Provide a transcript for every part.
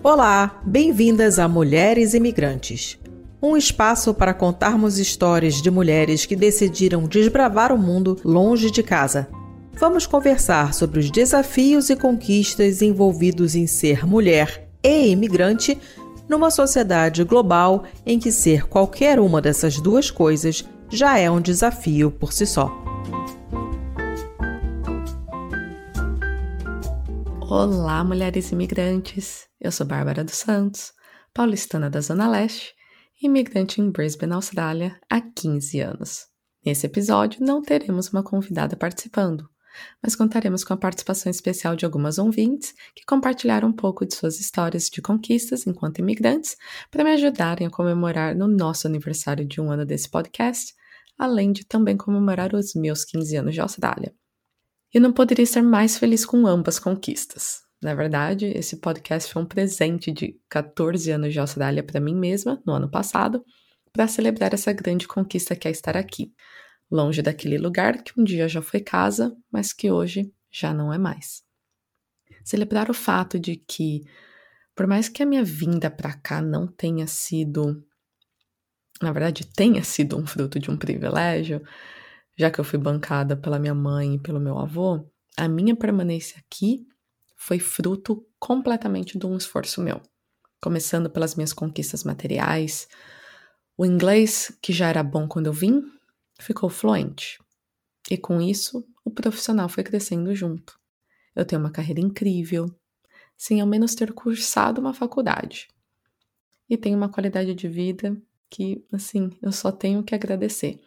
Olá, bem-vindas a Mulheres Imigrantes, um espaço para contarmos histórias de mulheres que decidiram desbravar o mundo longe de casa. Vamos conversar sobre os desafios e conquistas envolvidos em ser mulher e imigrante numa sociedade global em que ser qualquer uma dessas duas coisas já é um desafio por si só. Olá, mulheres imigrantes! Eu sou Bárbara dos Santos, paulistana da Zona Leste e imigrante em Brisbane, Austrália, há 15 anos. Nesse episódio, não teremos uma convidada participando, mas contaremos com a participação especial de algumas ouvintes que compartilharam um pouco de suas histórias de conquistas enquanto imigrantes para me ajudarem a comemorar no nosso aniversário de 1 ano desse podcast, além de também comemorar os meus 15 anos de Austrália. Eu não poderia estar mais feliz com ambas conquistas. Na verdade, esse podcast foi um presente de 14 anos de Austrália para mim mesma, no ano passado, para celebrar essa grande conquista que é estar aqui, longe daquele lugar que um dia já foi casa, mas que hoje já não é mais. Celebrar o fato de que, por mais que a minha vinda para cá não tenha sido, na verdade, tenha sido um fruto de um privilégio, já que eu fui bancada pela minha mãe e pelo meu avô, a minha permanência aqui foi fruto completamente de um esforço meu. Começando pelas minhas conquistas materiais, o inglês, que já era bom quando eu vim, ficou fluente. E com isso, o profissional foi crescendo junto. Eu tenho uma carreira incrível, sem ao menos ter cursado uma faculdade. E tenho uma qualidade de vida que, assim, eu só tenho que agradecer.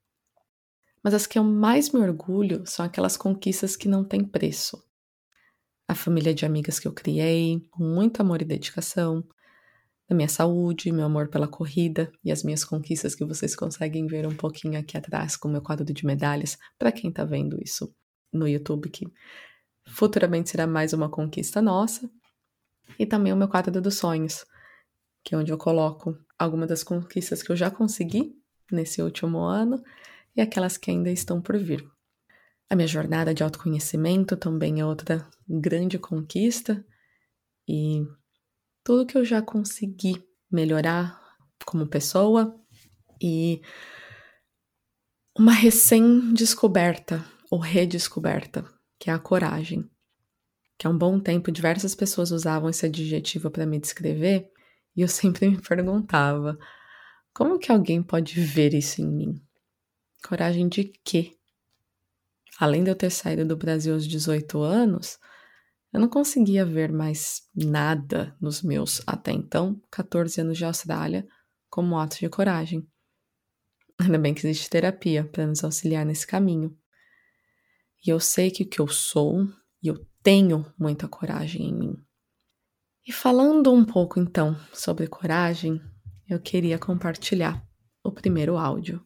Mas as que eu mais me orgulho são aquelas conquistas que não têm preço. A família de amigas que eu criei, com muito amor e dedicação, a minha saúde, meu amor pela corrida e as minhas conquistas que vocês conseguem ver um pouquinho aqui atrás com o meu quadro de medalhas, para quem tá vendo isso no YouTube, que futuramente será mais uma conquista nossa, e também o meu quadro dos sonhos, que é onde eu coloco algumas das conquistas que eu já consegui nesse último ano, e aquelas que ainda estão por vir. A minha jornada de autoconhecimento também é outra grande conquista e tudo que eu já consegui melhorar como pessoa e uma recém-descoberta ou redescoberta, que é a coragem. Que há um bom tempo diversas pessoas usavam esse adjetivo para me descrever e eu sempre me perguntava, como que alguém pode ver isso em mim? Coragem de quê? Além de eu ter saído do Brasil aos 18 anos, eu não conseguia ver mais nada nos meus, até então, 14 anos de Austrália, como atos de coragem. Ainda bem que existe terapia para nos auxiliar nesse caminho. E eu sei que o que eu sou, e eu tenho muita coragem em mim. E falando um pouco, então, sobre coragem, eu queria compartilhar o primeiro áudio.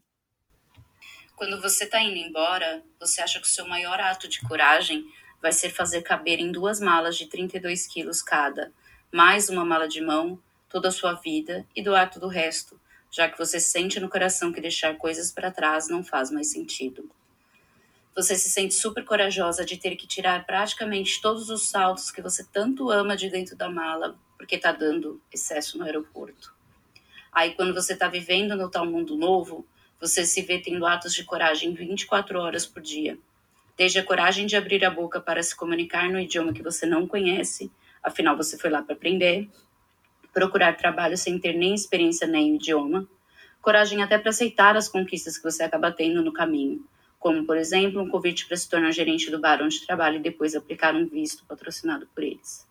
Quando você está indo embora, você acha que o seu maior ato de coragem vai ser fazer caber em 2 malas de 32 quilos cada, mais uma mala de mão, toda a sua vida e doar tudo o resto, já que você sente no coração que deixar coisas para trás não faz mais sentido. Você se sente super corajosa de ter que tirar praticamente todos os saltos que você tanto ama de dentro da mala, porque está dando excesso no aeroporto. Aí quando você está vivendo no tal mundo novo, você se vê tendo atos de coragem 24 horas por dia. Desde a coragem de abrir a boca para se comunicar no idioma que você não conhece, afinal você foi lá para aprender, procurar trabalho sem ter nem experiência nem o idioma, coragem até para aceitar as conquistas que você acaba tendo no caminho, como, por exemplo, um convite para se tornar gerente do bar onde trabalha e depois aplicar um visto patrocinado por eles.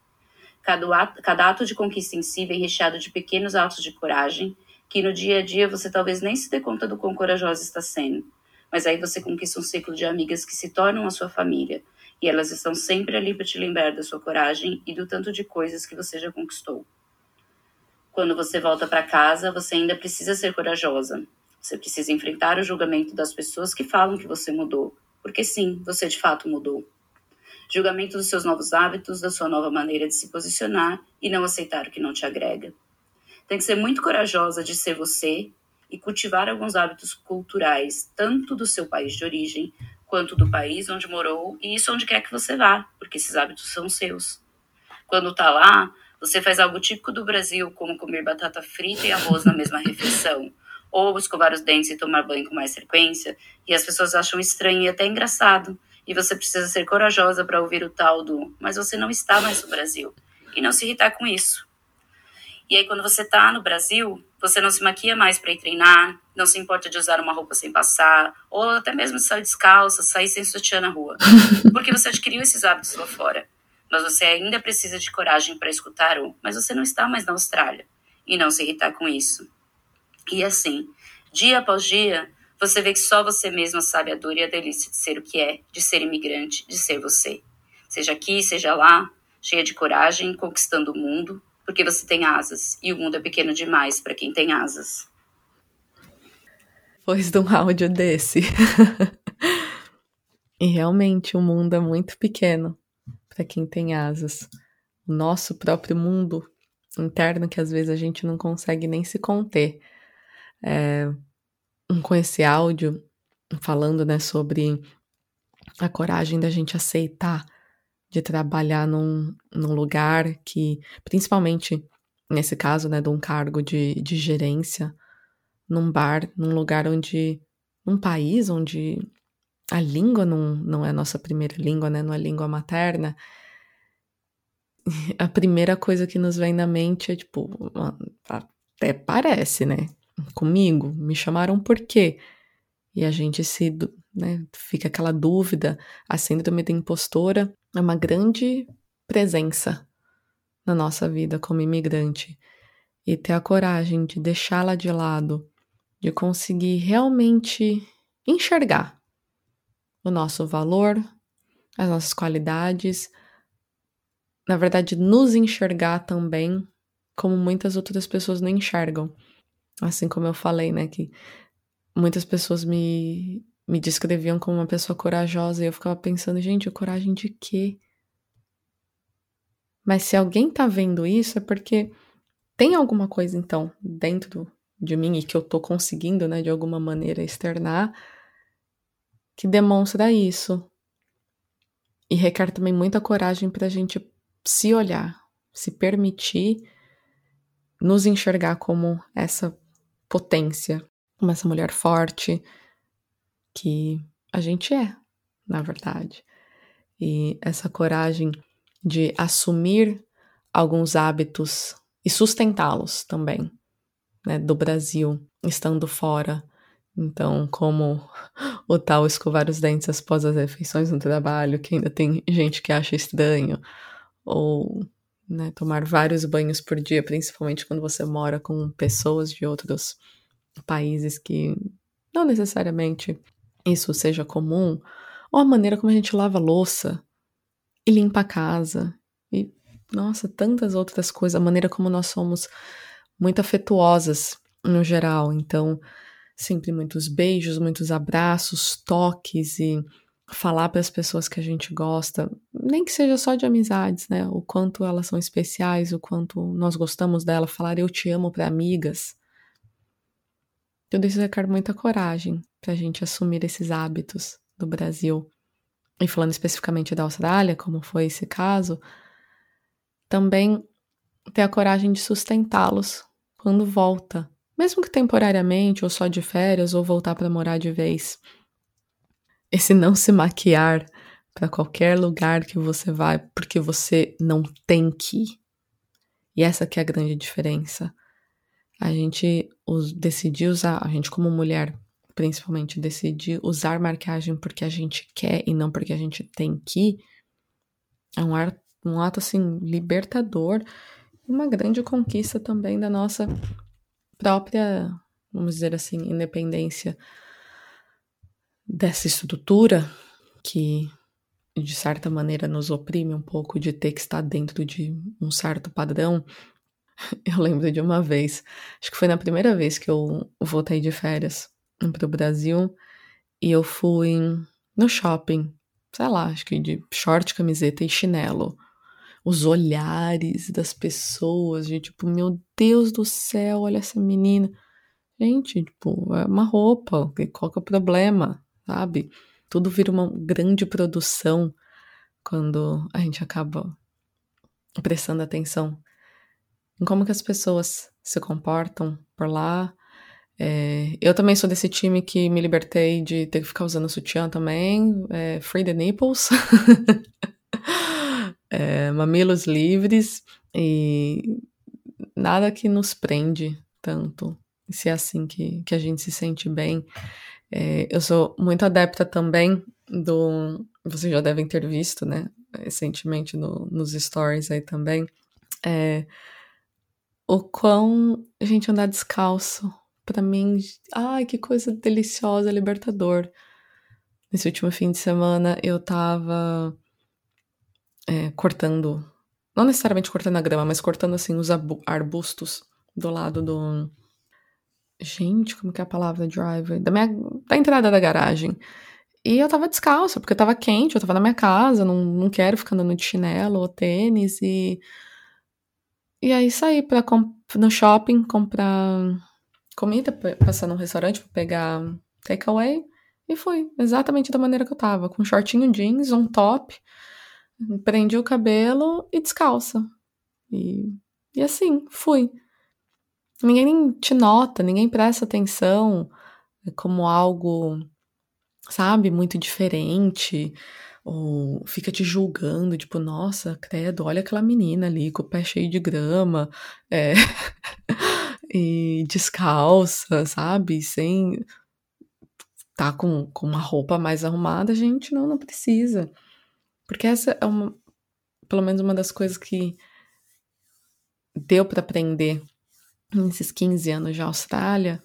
Cada ato de conquista em si vem recheado de pequenos atos de coragem, que no dia a dia você talvez nem se dê conta do quão corajosa está sendo. Mas aí você conquista um ciclo de amigas que se tornam a sua família, e elas estão sempre ali para te lembrar da sua coragem e do tanto de coisas que você já conquistou. Quando você volta para casa, você ainda precisa ser corajosa. Você precisa enfrentar o julgamento das pessoas que falam que você mudou, porque sim, você de fato mudou. Julgamento dos seus novos hábitos, da sua nova maneira de se posicionar e não aceitar o que não te agrega. Tem que ser muito corajosa de ser você e cultivar alguns hábitos culturais, tanto do seu país de origem, quanto do país onde morou e isso onde quer que você vá, porque esses hábitos são seus. Quando tá lá, Você faz algo típico do Brasil, como comer batata frita e arroz na mesma refeição, ou escovar os dentes e tomar banho com mais frequência, e as pessoas acham estranho e até engraçado. E você precisa ser corajosa para ouvir o tal do "mas você não está mais no Brasil", e não se irritar com isso. E aí, quando você tá no Brasil, você não se maquia mais para ir treinar, não se importa de usar uma roupa sem passar, ou até mesmo de sair descalça, sair sem sutiã na rua, porque você adquiriu esses hábitos lá fora. Mas você ainda precisa de coragem para escutar o "mas você não está mais na Austrália", e não se irritar com isso. E assim, dia após dia, você vê que só você mesma sabe a dor e a delícia de ser o que é, de ser imigrante, de ser você. Seja aqui, seja lá, cheia de coragem, conquistando o mundo, porque você tem asas, e o mundo é pequeno demais para quem tem asas. Depois de um áudio desse. E realmente o mundo é muito pequeno para quem tem asas. O nosso próprio mundo interno, que às vezes a gente não consegue nem se conter. Com esse áudio, falando, né, sobre a coragem da gente aceitar de trabalhar num lugar que, principalmente nesse caso, né, de um cargo de gerência, num bar, num lugar onde, num país onde a língua não é a nossa primeira língua, né, não é língua materna, a primeira coisa que nos vem na mente é tipo, até parece, né, comigo, me chamaram por quê? E a gente fica aquela dúvida, a síndrome da impostora é uma grande presença na nossa vida como imigrante. E ter a coragem de deixá-la de lado, de conseguir realmente enxergar o nosso valor, as nossas qualidades, na verdade, nos enxergar também como muitas outras pessoas não enxergam. Assim como eu falei, né, que muitas pessoas me descreviam como uma pessoa corajosa e eu ficava pensando, gente, coragem de quê? Mas se alguém tá vendo isso é porque tem alguma coisa, então, dentro de mim e que eu tô conseguindo, né, de alguma maneira externar, que demonstra isso. E requer também muita coragem pra gente se olhar, se permitir nos enxergar como essa potência, como essa mulher forte que a gente é, na verdade. E essa coragem de assumir alguns hábitos e sustentá-los também, né, do Brasil, estando fora. Então, como o tal escovar os dentes após as refeições no trabalho, que ainda tem gente que acha estranho, ou, né, tomar vários banhos por dia, principalmente quando você mora com pessoas de outros países que não necessariamente isso seja comum, ou a maneira como a gente lava a louça e limpa a casa, e, nossa, tantas outras coisas, a maneira como nós somos muito afetuosas no geral, então sempre muitos beijos, muitos abraços, toques e falar para as pessoas que a gente gosta, nem que seja só de amizades, né? O quanto elas são especiais, o quanto nós gostamos dela, falar eu te amo para amigas. Tudo isso requer muita coragem para a gente assumir esses hábitos do Brasil. E falando especificamente da Austrália, como foi esse caso, também ter a coragem de sustentá-los quando volta, mesmo que temporariamente, ou só de férias, ou voltar para morar de vez. Esse não se maquiar para qualquer lugar que você vai, porque você não tem que ir. E essa que é a grande diferença. A gente decidir usar, a gente como mulher, principalmente, decidir usar maquiagem porque a gente quer e não porque a gente tem que ir, é um ato, assim, libertador e uma grande conquista também da nossa própria, vamos dizer assim, independência dessa estrutura que, de certa maneira, nos oprime um pouco de ter que estar dentro de um certo padrão. Eu lembro de uma vez, acho que foi na primeira vez que eu voltei de férias pro Brasil, e eu fui no shopping, sei lá, acho que de short, camiseta e chinelo. Os olhares das pessoas, de tipo, meu Deus do céu, olha essa menina. Gente, tipo, é uma roupa, qual que é o problema, sabe? Tudo vira uma grande produção quando a gente acaba prestando atenção em como que as pessoas se comportam por lá. Eu também sou desse time que me libertei de ter que ficar usando sutiã também. Free the nipples. Mamilos livres. E nada que nos prende tanto. Se é assim que a gente se sente bem. Eu sou muito adepta também vocês já devem ter visto, né? Recentemente nos stories aí também. O quão a gente andar descalço. Pra mim, ai, que coisa deliciosa, libertador. Nesse último fim de semana, eu tava cortando, não necessariamente cortando a grama, mas cortando, assim, os arbustos do lado do... Gente, como que é a palavra driver? Da entrada da garagem. E eu tava descalça, porque tava quente, eu tava na minha casa, não quero ficar andando de chinelo ou tênis. E aí saí no shopping comprar comida, passar num restaurante pra pegar takeaway. E fui exatamente da maneira que eu tava, com um shortinho jeans, um top, prendi o cabelo e descalça. E assim, fui. Ninguém nem te nota, ninguém presta atenção como algo, sabe, muito diferente, ou fica te julgando, tipo, nossa, credo, olha aquela menina ali com o pé cheio de grama, e descalça, sabe, sem tá com uma roupa mais arrumada. Gente, não precisa. Porque essa é pelo menos uma das coisas que deu pra aprender nesses 15 anos de Austrália,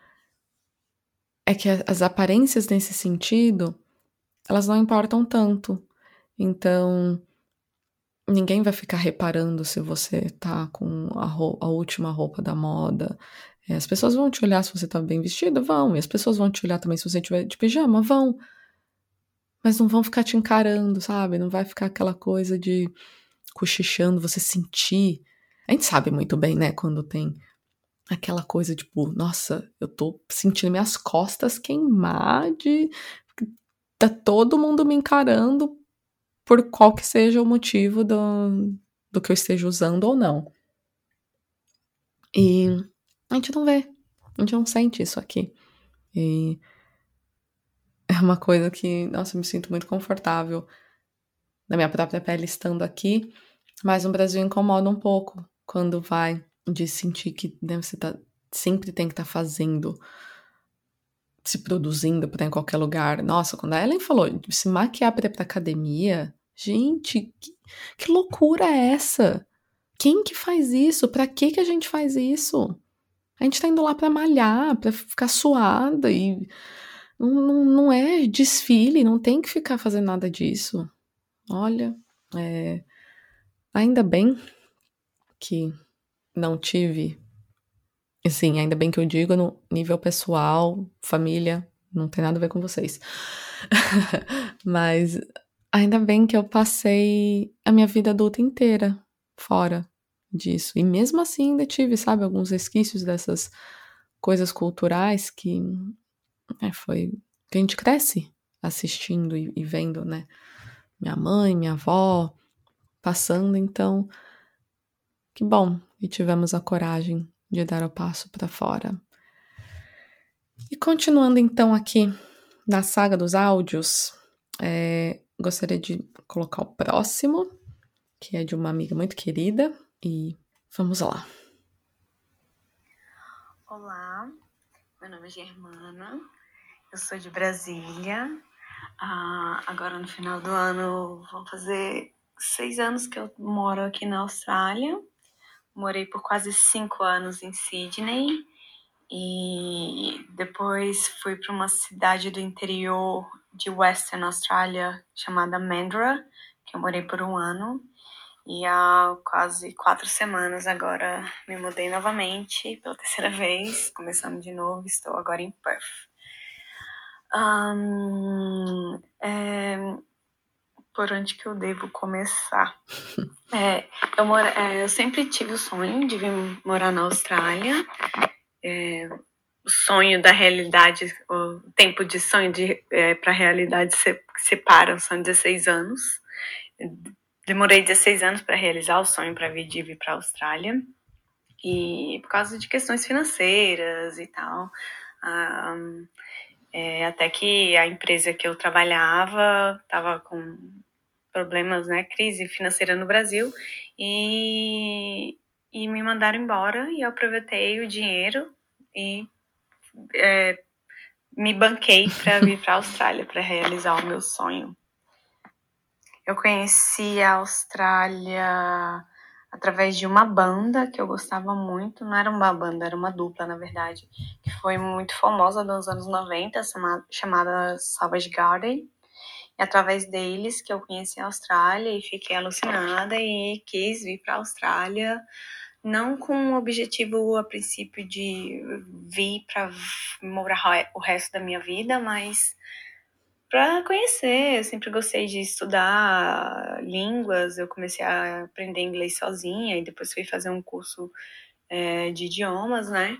é que as aparências nesse sentido, elas não importam tanto. Então, ninguém vai ficar reparando se você tá com a última roupa da moda. As pessoas vão te olhar se você tá bem vestido? Vão. E as pessoas vão te olhar também se você tiver de pijama? Vão. Mas não vão ficar te encarando, sabe? Não vai ficar aquela coisa de cochichando, você sentir. A gente sabe muito bem, né, quando tem aquela coisa, tipo, nossa, eu tô sentindo minhas costas queimar de... Tá todo mundo me encarando por qual que seja o motivo do que eu esteja usando ou não. E a gente não vê, a gente não sente isso aqui. E é uma coisa que, nossa, eu me sinto muito confortável na minha própria pele estando aqui, mas no Brasil incomoda um pouco quando vai de sentir que você sempre tem que estar fazendo, se produzindo pra ir em qualquer lugar. Nossa, quando a Ellen falou de se maquiar pra ir pra academia, gente, que loucura é essa? Quem que faz isso? Pra que a gente faz isso? A gente tá indo lá pra malhar, pra ficar suada e não é desfile, não tem que ficar fazendo nada disso. Olha, ainda bem que não tive, assim, ainda bem que eu digo no nível pessoal, família, não tem nada a ver com vocês. Mas ainda bem que eu passei a minha vida adulta inteira fora disso. E mesmo assim ainda tive, sabe, alguns resquícios dessas coisas culturais que que a gente cresce assistindo e vendo, né? Minha mãe, minha avó passando, então que bom que tivemos a coragem de dar o passo para fora. E continuando então aqui na saga dos áudios, gostaria de colocar o próximo, que é de uma amiga muito querida, e vamos lá. Olá, meu nome é Germana, eu sou de Brasília. Agora no final do ano vão fazer 6 anos que eu moro aqui na Austrália. Morei por quase 5 anos em Sydney e depois fui para uma cidade do interior de Western Australia chamada Mandurah, que eu morei por 1 ano. E há quase 4 semanas agora me mudei novamente pela 3ª vez, começando de novo, estou agora em Perth. Por onde que eu devo começar? Eu sempre tive o sonho de vir morar na Austrália. O sonho da realidade, o tempo de sonho para a realidade separam, são 16 anos. Demorei 16 anos para realizar o sonho para vir para a Austrália. E por causa de questões financeiras e tal. Até que a empresa que eu trabalhava estava com problemas, né, crise financeira no Brasil, e me mandaram embora, e eu aproveitei o dinheiro e me banquei para vir para a Austrália para realizar o meu sonho. Eu conheci a Austrália através de uma banda que eu gostava muito. Não era uma banda, era uma dupla, na verdade, que foi muito famosa nos anos 90, chamada Savage Garden. E através deles que eu conheci a Austrália e fiquei alucinada e quis vir para a Austrália, não com o objetivo a princípio de vir para morar o resto da minha vida, mas para conhecer. Eu sempre gostei de estudar línguas. Eu comecei a aprender inglês sozinha e depois fui fazer um curso de idiomas, né?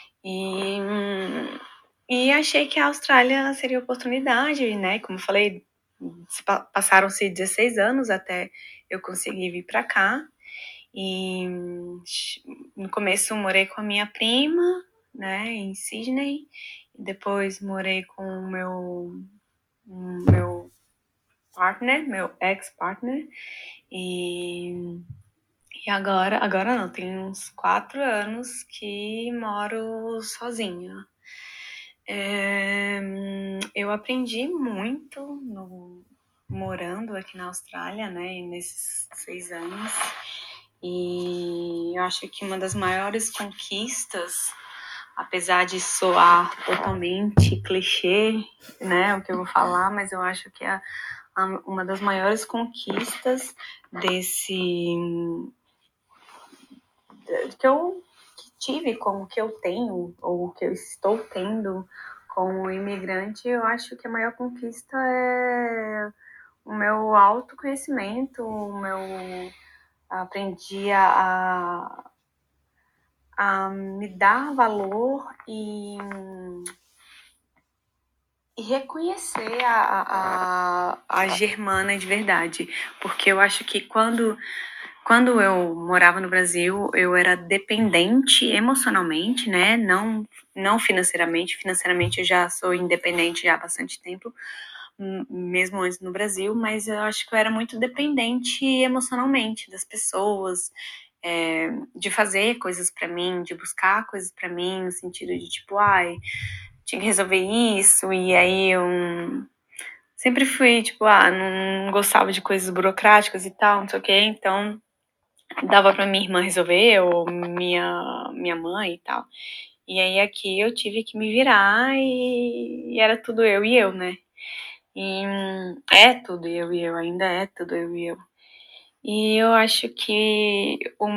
E achei que a Austrália seria oportunidade, né? Como eu falei, passaram-se 16 anos até eu conseguir vir para cá. E no começo morei com a minha prima, né, em Sydney. Depois morei com o meu partner, meu ex-partner. E agora não, tem uns 4 anos que moro sozinha. Eu aprendi muito morando aqui na Austrália, né, nesses 6 anos. E eu acho que uma das maiores conquistas, apesar de soar totalmente clichê, né, o que eu vou falar, mas eu acho que uma das maiores conquistas que eu tive, como que eu tenho, ou que eu estou tendo como imigrante, eu acho que a maior conquista é o meu autoconhecimento, aprendi a me dar valor e reconhecer a Germana de verdade, porque eu acho que quando eu morava no Brasil, eu era dependente emocionalmente, né? Não financeiramente. Financeiramente eu já sou independente já há bastante tempo, mesmo antes no Brasil, mas eu acho que eu era muito dependente emocionalmente das pessoas, de fazer coisas pra mim, de buscar coisas pra mim, no sentido de tipo, tinha que resolver isso, e aí eu sempre fui, tipo, não gostava de coisas burocráticas e tal, não sei o quê, então dava pra minha irmã resolver, ou minha mãe e tal. E aí aqui eu tive que me virar e era tudo eu e eu, né? E é tudo eu e eu, ainda é tudo eu e eu. E eu acho que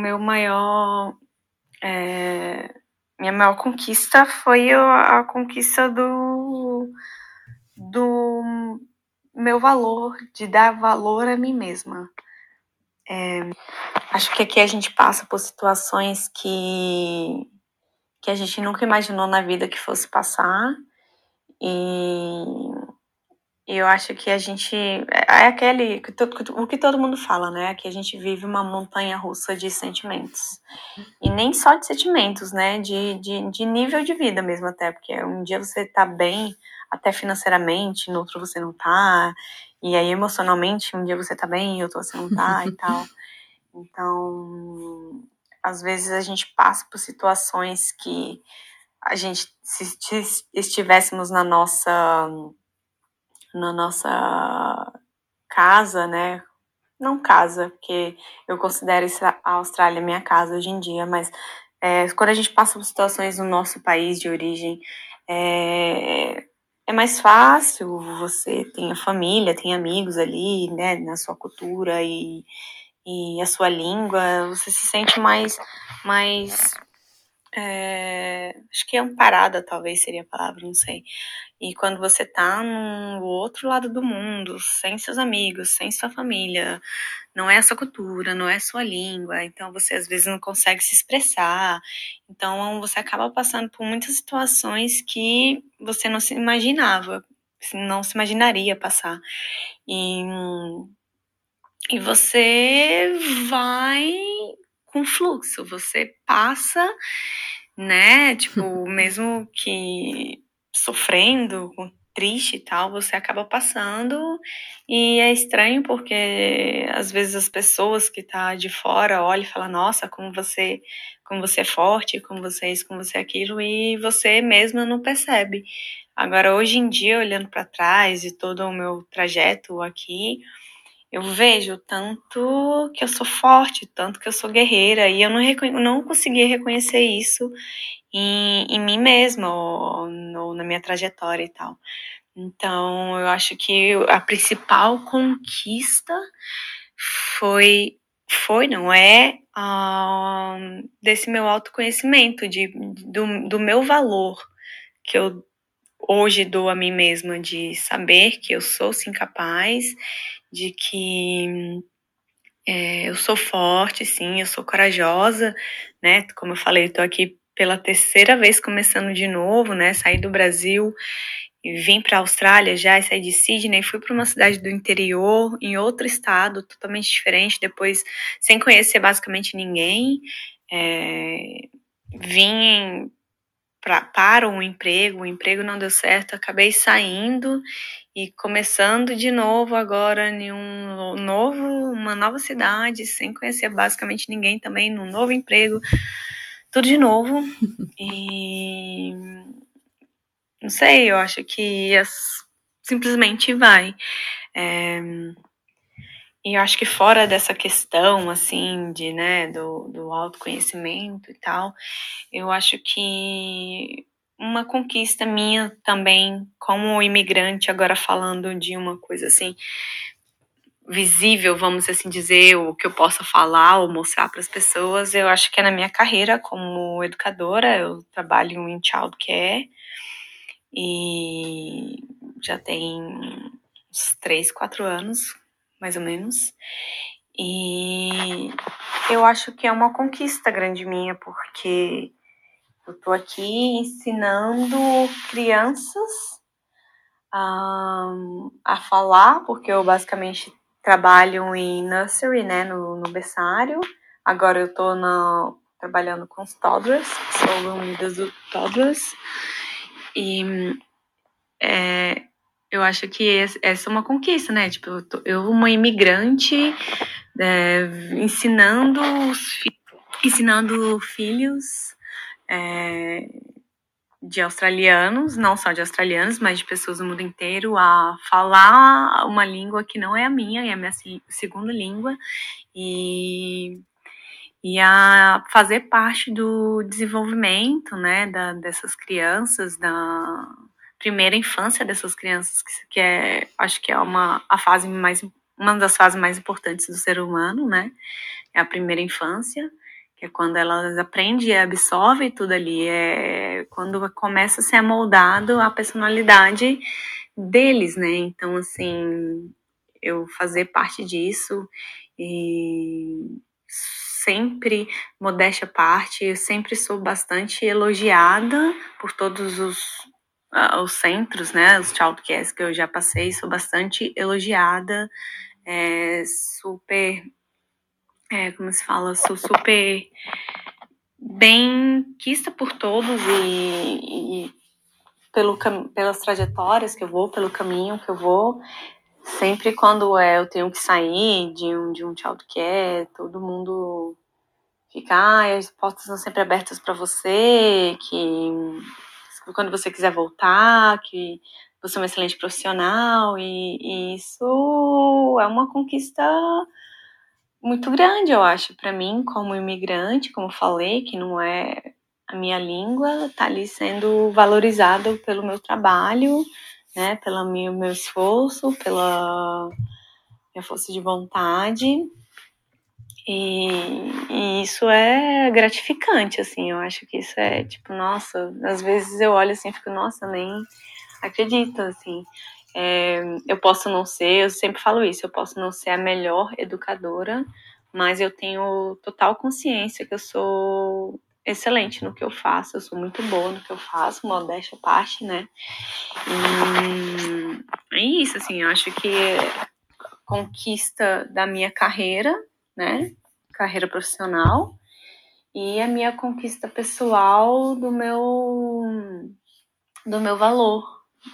minha maior conquista foi a conquista do meu valor, de dar valor a mim mesma. Acho que aqui a gente passa por situações que a gente nunca imaginou na vida que fosse passar. E eu acho que a gente... o que todo mundo fala, né? Que a gente vive uma montanha-russa de sentimentos. E nem só de sentimentos, né? De nível de vida mesmo até. Porque um dia você tá bem, até financeiramente, no outro você não tá. E aí emocionalmente, um dia você tá bem, outro você não tá e tal. Então, às vezes a gente passa por situações que a gente, se estivéssemos na nossa casa, né? Não casa, porque eu considero a Austrália minha casa hoje em dia, mas quando a gente passa por situações no nosso país de origem, é mais fácil, você tem a família, tem amigos ali, né, na sua cultura e a sua língua, você se sente mais acho que amparada, talvez seria a palavra, não sei. E quando você tá no outro lado do mundo, sem seus amigos, sem sua família, não é a sua cultura, não é a sua língua, então você às vezes não consegue se expressar, então você acaba passando por muitas situações que você não se imaginava, não se imaginaria passar. E você vai com fluxo, você passa, né, tipo, mesmo que sofrendo, triste e tal, você acaba passando, e é estranho porque às vezes as pessoas que tá de fora olham e falam, nossa, como você é forte, como você é isso, como você é aquilo, e você mesma não percebe. Agora, hoje em dia, olhando para trás e todo o meu trajeto aqui, eu vejo tanto que eu sou forte, tanto que eu sou guerreira, e eu não consegui reconhecer isso em mim mesma, ou na minha trajetória e tal. Então, eu acho que a principal conquista não é, desse meu autoconhecimento, do meu valor, que eu hoje dou a mim mesma, de saber que eu sou sim capaz, de que eu sou forte, sim, eu sou corajosa, né? Como eu falei, eu tô aqui pela terceira vez começando de novo, né? Saí do Brasil e vim para a Austrália já, saí de Sydney, fui para uma cidade do interior, em outro estado, totalmente diferente, depois sem conhecer basicamente ninguém. Vim para um emprego, o emprego não deu certo, acabei saindo e começando de novo agora em uma nova cidade, sem conhecer basicamente ninguém também, num novo emprego, tudo de novo. E não sei, eu acho que simplesmente vai. E eu acho que fora dessa questão, assim, né, do autoconhecimento e tal, eu acho que uma conquista minha também, como imigrante, agora falando de uma coisa assim, visível, vamos assim dizer, o que eu possa falar ou mostrar para as pessoas, eu acho que é na minha carreira como educadora. Eu trabalho em childcare e já tem uns 3, 4 anos, mais ou menos. E eu acho que é uma conquista grande minha, porque eu tô aqui ensinando crianças a falar, porque eu basicamente trabalho em nursery, né, no berçário. Agora eu tô trabalhando com os toddlers, sou room leader do toddlers. E eu acho que essa é uma conquista, né? Tipo, eu uma imigrante, ensinando filhos de australianos, não só de australianos, mas de pessoas do mundo inteiro, a falar uma língua que não é a minha, é a minha segunda língua, e a fazer parte do desenvolvimento, né, dessas crianças, da primeira infância dessas crianças, que acho que é uma das fases mais importantes do ser humano, né? É a primeira infância, que é quando elas aprendem e absorvem tudo ali, é quando começa a ser moldado a personalidade deles, né? Então, assim, eu fazer parte disso e sempre, modéstia à parte, eu sempre sou bastante elogiada por todos os centros, né, os childcares que eu já passei, sou bastante elogiada, super, como se fala, sou super bem quista por todos e pelas trajetórias que eu vou, pelo caminho que eu vou. Sempre quando eu tenho que sair de um childcare, todo mundo fica, as portas são sempre abertas para você, que quando você quiser voltar, que você é um excelente profissional, e isso é uma conquista muito grande, eu acho, para mim, como imigrante, como falei, que não é a minha língua, tá ali sendo valorizado pelo meu trabalho, né, pelo meu esforço, pela minha força de vontade. E isso é gratificante, assim, eu acho que isso é, tipo, nossa, às vezes eu olho assim e fico, nossa, nem acredito, assim. Eu posso não ser, eu sempre falo isso, eu posso não ser a melhor educadora, mas eu tenho total consciência que eu sou excelente no que eu faço, eu sou muito boa no que eu faço, modéstia à parte, né? E é isso, assim, eu acho que conquista da minha carreira, né? Carreira profissional, e a minha conquista pessoal do meu valor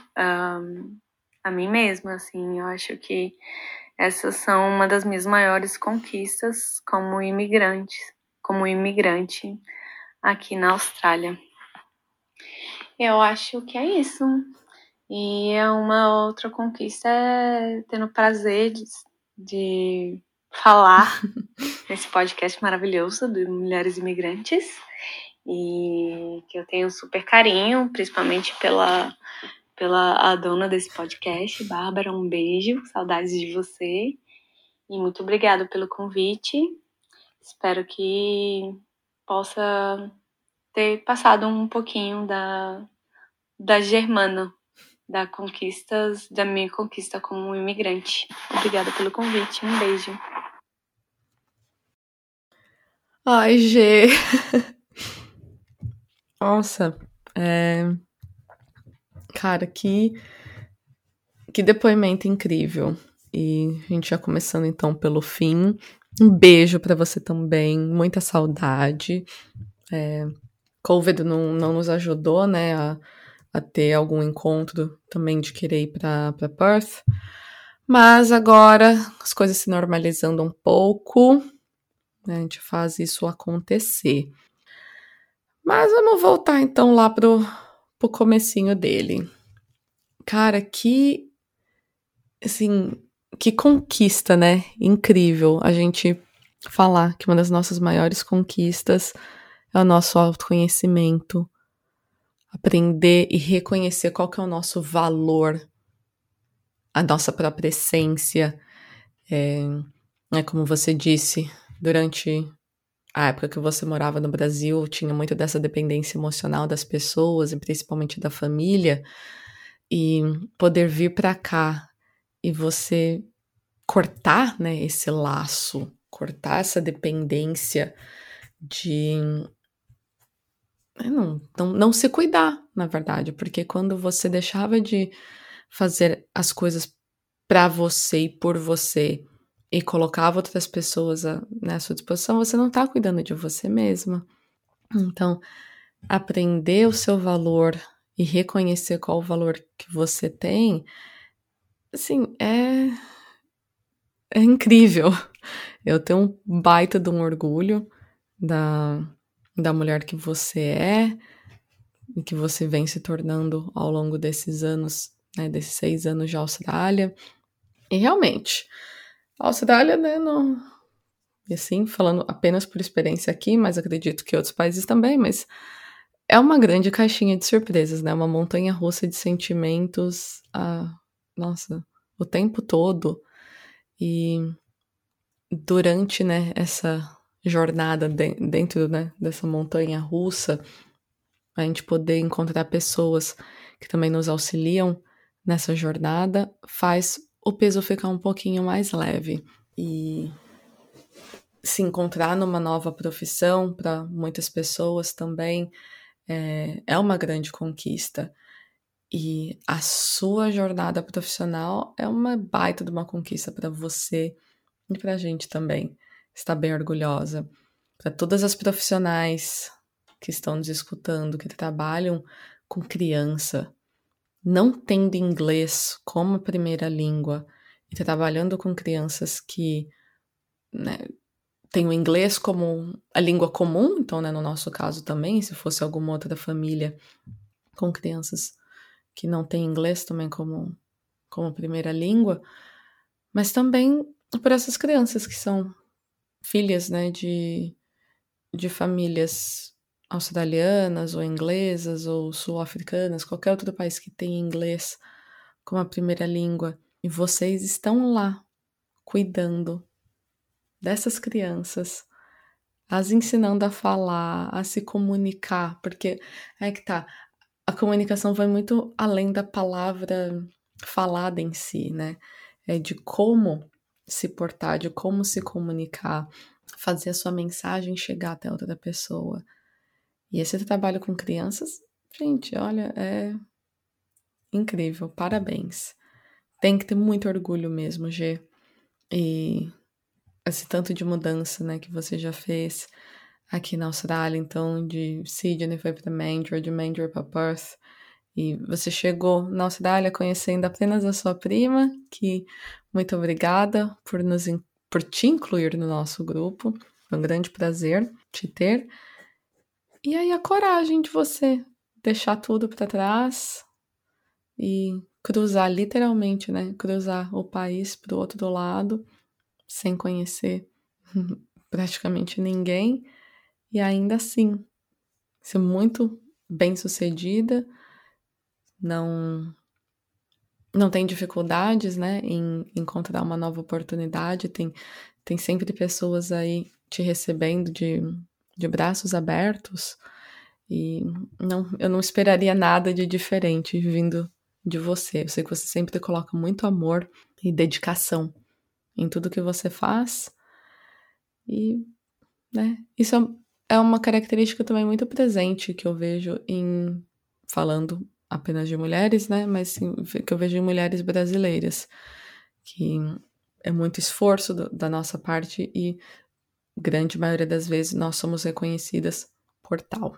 a mim mesma, assim. Eu acho que essas são uma das minhas maiores conquistas como imigrante aqui na Austrália. Eu acho que é isso. E uma outra conquista é tendo o prazer de falar nesse podcast maravilhoso de mulheres imigrantes, e que eu tenho super carinho, principalmente pela a dona desse podcast, Bárbara. Um beijo, saudades de você, e muito obrigada pelo convite. Espero que possa ter passado um pouquinho da Germana, da minha conquista como imigrante. Obrigada pelo convite, um beijo. Ai, Gê. Nossa, cara, que depoimento incrível. E a gente já começando então pelo fim. Um beijo pra você também, muita saudade. Covid não nos ajudou, né, a ter algum encontro também de querer ir pra Perth. Mas agora as coisas se normalizando um pouco, né, a gente faz isso acontecer. Mas vamos voltar então lá pro comecinho dele. Cara, assim, que conquista, né? Incrível a gente falar que uma das nossas maiores conquistas é o nosso autoconhecimento. Aprender e reconhecer qual que é o nosso valor, a nossa própria essência. Como você disse, durante a época que você morava no Brasil, tinha muito dessa dependência emocional das pessoas, e principalmente da família, e poder vir para cá e você cortar, né, esse laço, cortar essa dependência de não se cuidar, na verdade, porque quando você deixava de fazer as coisas para você e por você e colocava outras pessoas à sua disposição, você não tá cuidando de você mesma. Então, aprender o seu valor e reconhecer qual o valor que você tem, assim, é incrível. Eu tenho um baita de um orgulho da mulher que você é e que você vem se tornando ao longo desses anos, né, desses 6 anos de Austrália. E realmente, a Austrália, né, não... E assim, falando apenas por experiência aqui, mas acredito que outros países também, mas é uma grande caixinha de surpresas, né? Uma montanha-russa de sentimentos, nossa, o tempo todo. E durante, né, essa jornada dentro, né, dessa montanha-russa, a gente poder encontrar pessoas que também nos auxiliam nessa jornada faz o peso ficar um pouquinho mais leve. E se encontrar numa nova profissão, para muitas pessoas também, é uma grande conquista. E a sua jornada profissional é uma baita de uma conquista para você e para a gente também. Estar bem orgulhosa. Para todas as profissionais que estão nos escutando, que trabalham com criança, não tendo inglês como primeira língua e trabalhando com crianças que, né, tem o inglês como a língua comum, então, né, no nosso caso também, se fosse alguma outra família com crianças que não têm inglês também como primeira língua, mas também por essas crianças que são filhas, né, de famílias australianas ou inglesas ou sul-africanas, qualquer outro país que tenha inglês como a primeira língua, e vocês estão lá cuidando dessas crianças, as ensinando a falar, a se comunicar, porque é que tá, a comunicação vai muito além da palavra falada em si, né? É de como se portar, de como se comunicar, fazer a sua mensagem chegar até outra pessoa. E esse trabalho com crianças, gente, olha, é incrível, parabéns. Tem que ter muito orgulho mesmo, Gê. E esse tanto de mudança, né, que você já fez, aqui na Austrália, então de Sydney foi para Mandurah, de Mandurah para Perth, e você chegou na Austrália conhecendo apenas a sua prima, que muito obrigada por te incluir no nosso grupo, foi um grande prazer te ter, e aí a coragem de você deixar tudo para trás e cruzar literalmente, né, cruzar o país para o outro lado, sem conhecer praticamente ninguém, e ainda assim ser muito bem-sucedida, não tem dificuldades, né, em encontrar uma nova oportunidade, tem sempre pessoas aí te recebendo de braços abertos, e eu não esperaria nada de diferente vindo de você. Eu sei que você sempre coloca muito amor e dedicação em tudo que você faz, e, né, isso é uma característica também muito presente que eu vejo falando apenas de mulheres, né, mas sim, que eu vejo em mulheres brasileiras, que é muito esforço da nossa parte e grande maioria das vezes nós somos reconhecidas por tal.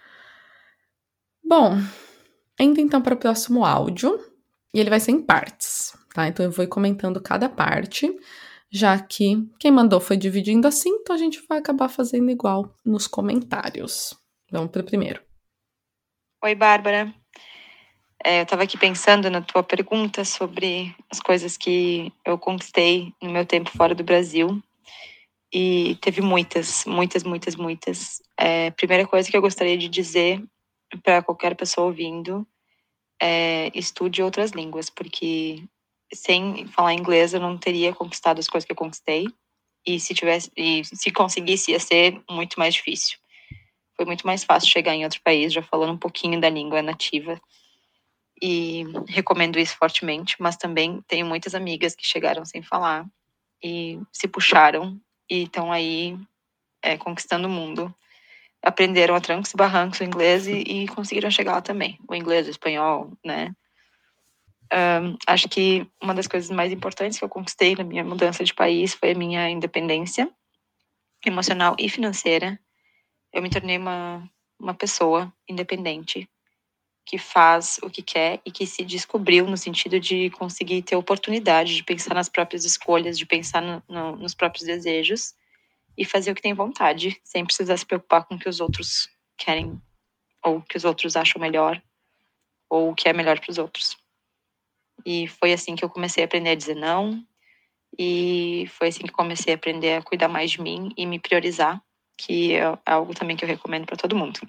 Bom, indo então para o próximo áudio, e ele vai ser em partes, tá? Então eu vou ir comentando cada parte, já que quem mandou foi dividindo assim, então a gente vai acabar fazendo igual nos comentários. Vamos para o primeiro. Oi, Bárbara. Eu estava aqui pensando na tua pergunta sobre as coisas que eu conquistei no meu tempo fora do Brasil. E teve muitas. Primeira coisa que eu gostaria de dizer para qualquer pessoa ouvindo é estude outras línguas, porque sem falar inglês eu não teria conquistado as coisas que eu conquistei. E se conseguisse, ia ser muito mais difícil. Foi muito mais fácil chegar em outro país já falando um pouquinho da língua nativa. E recomendo isso fortemente, mas também tenho muitas amigas que chegaram sem falar e se puxaram e estão aí conquistando o mundo. Aprenderam a trancos e barrancos o inglês e conseguiram chegar lá também. O inglês, o espanhol, né? Acho que uma das coisas mais importantes que eu conquistei na minha mudança de país foi a minha independência emocional e financeira. Eu me tornei uma pessoa independente, que faz o que quer e que se descobriu no sentido de conseguir ter oportunidade de pensar nas próprias escolhas, de pensar nos próprios desejos e fazer o que tem vontade, sem precisar se preocupar com o que os outros querem ou o que os outros acham melhor ou o que é melhor para os outros. E foi assim que eu comecei a aprender a dizer não, e foi assim que comecei a aprender a cuidar mais de mim e me priorizar, que é algo também que eu recomendo para todo mundo.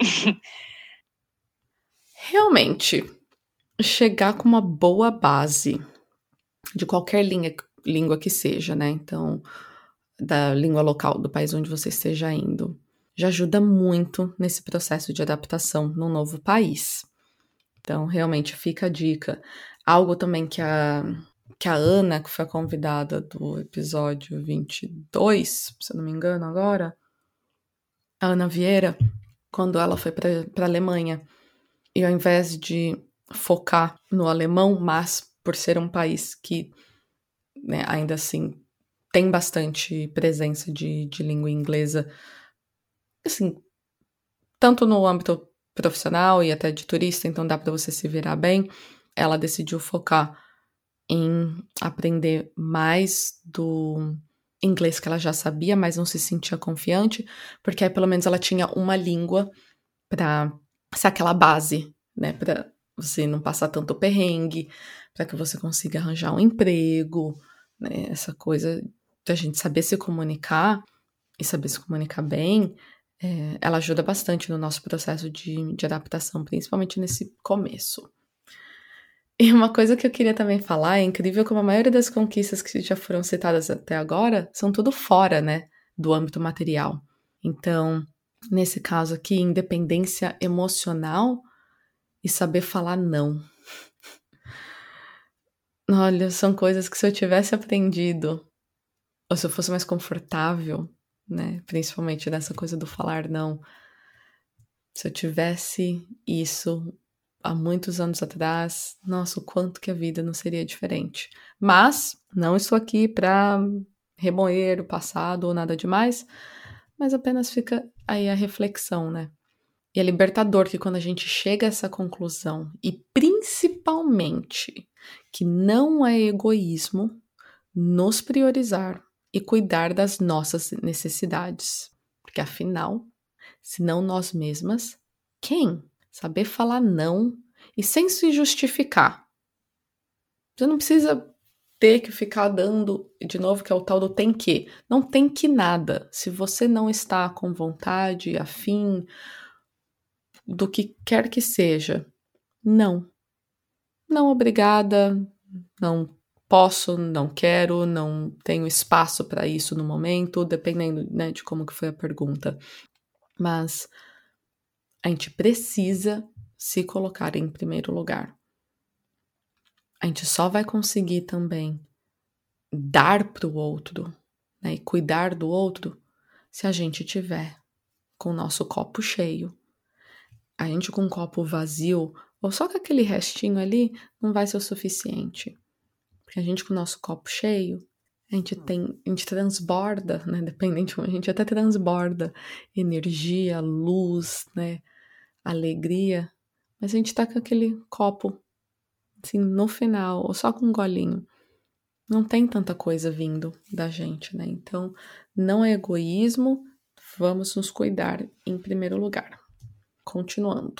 Realmente, chegar com uma boa base de qualquer língua que seja, né? Então, da língua local do país onde você esteja indo, já ajuda muito nesse processo de adaptação num novo país. Então, realmente, fica a dica. Algo também que a Ana, que foi a convidada do episódio 22, se eu não me engano agora, a Ana Vieira, quando ela foi para a Alemanha, e ao invés de focar no alemão, mas por ser um país que, né, ainda assim tem bastante presença de língua inglesa, assim, tanto no âmbito profissional e até de turista, então dá para você se virar bem. Ela decidiu focar em aprender mais do inglês que ela já sabia, mas não se sentia confiante, porque aí pelo menos ela tinha uma língua para ser aquela base, né, para você não passar tanto perrengue, para que você consiga arranjar um emprego, né, essa coisa da gente saber se comunicar e saber se comunicar bem, ela ajuda bastante no nosso processo de adaptação, principalmente nesse começo. E uma coisa que eu queria também falar, é incrível como a maioria das conquistas que já foram citadas até agora são tudo fora, né, do âmbito material. Então, nesse caso aqui, independência emocional e saber falar não. Olha, são coisas que se eu tivesse aprendido, ou se eu fosse mais confortável, né, principalmente nessa coisa do falar não, se eu tivesse isso há muitos anos atrás, nossa, o quanto que a vida não seria diferente. Mas não estou aqui para remoer o passado ou nada demais, mas apenas fica aí a reflexão, né? E é libertador que quando a gente chega a essa conclusão, e principalmente que não é egoísmo nos priorizar e cuidar das nossas necessidades. Porque afinal, se não nós mesmas, quem? Saber falar não e sem se justificar. Você não precisa ter que ficar dando, de novo, que é o tal do tem que. Não tem que nada. Se você não está com vontade, afim, do que quer que seja, não. Não, obrigada, não posso, não quero, não tenho espaço para isso no momento, dependendo, né, de como que foi a pergunta. Mas a gente precisa se colocar em primeiro lugar. A gente só vai conseguir também dar para o outro, né, e cuidar do outro se a gente tiver com o nosso copo cheio. A gente com um copo vazio, ou só com aquele restinho ali, não vai ser o suficiente. Porque a gente com o nosso copo cheio, a gente transborda, né? Dependente, a gente até transborda energia, luz, né? Alegria. Mas a gente tá com aquele copo, assim, no final, ou só com um golinho. Não tem tanta coisa vindo da gente, né? Então, não é egoísmo, vamos nos cuidar em primeiro lugar. Continuando.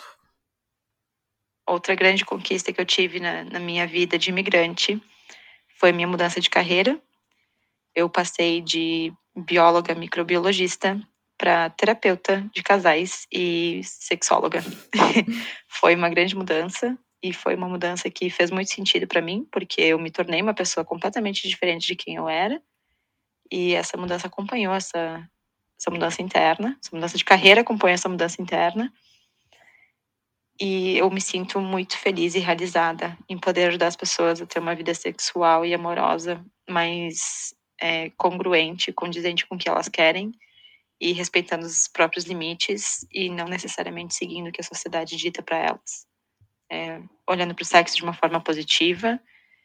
Outra grande conquista que eu tive na minha vida de imigrante foi minha mudança de carreira. Eu passei de bióloga microbiologista para terapeuta de casais e sexóloga. Foi uma grande mudança e foi uma mudança que fez muito sentido para mim, porque eu me tornei uma pessoa completamente diferente de quem eu era. E essa mudança acompanhou essa mudança interna, essa mudança de carreira acompanha essa mudança interna. E eu me sinto muito feliz e realizada em poder ajudar as pessoas a ter uma vida sexual e amorosa mais congruente, condizente com o que elas querem e respeitando os próprios limites e não necessariamente seguindo o que a sociedade dita para elas. Olhando para o sexo de uma forma positiva,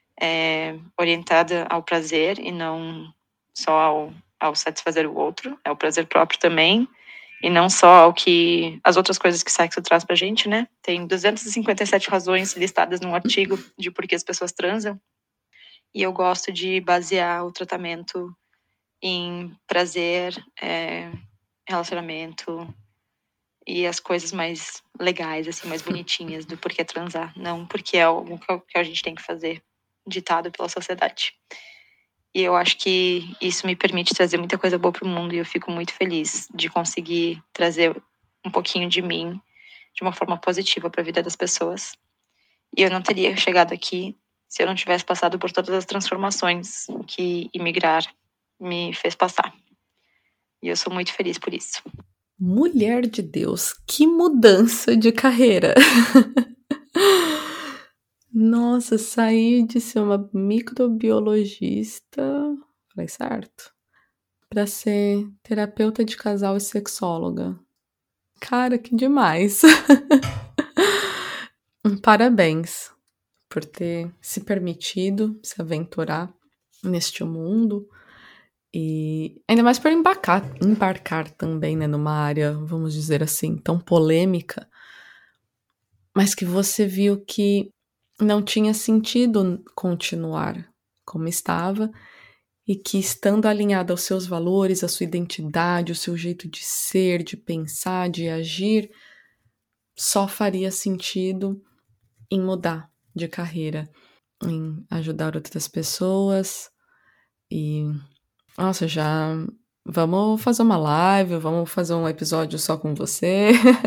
orientada ao prazer e não só ao satisfazer o outro, ao prazer próprio também. E não só ao que as outras coisas que o sexo traz pra gente, né? Tem 257 razões listadas num artigo de por que as pessoas transam. E eu gosto de basear o tratamento em prazer, relacionamento e as coisas mais legais, assim, mais bonitinhas do porquê transar. Não porque é algo que a gente tem que fazer, ditado pela sociedade. E eu acho que isso me permite trazer muita coisa boa pro mundo e eu fico muito feliz de conseguir trazer um pouquinho de mim de uma forma positiva para a vida das pessoas. E eu não teria chegado aqui se eu não tivesse passado por todas as transformações que imigrar me fez passar. E eu sou muito feliz por isso. Mulher de Deus, que mudança de carreira! Nossa, saí de ser uma microbiologista, falei certo? Para ser terapeuta de casal e sexóloga. Cara, que demais! Parabéns por ter se permitido se aventurar neste mundo e ainda mais por embarcar também, né, numa área, vamos dizer assim, tão polêmica, mas que você viu que não tinha sentido continuar como estava e que, estando alinhada aos seus valores, à sua identidade, o seu jeito de ser, de pensar, de agir, só faria sentido em mudar de carreira, em ajudar outras pessoas e, nossa, já vamos fazer uma live, vamos fazer um episódio só com você.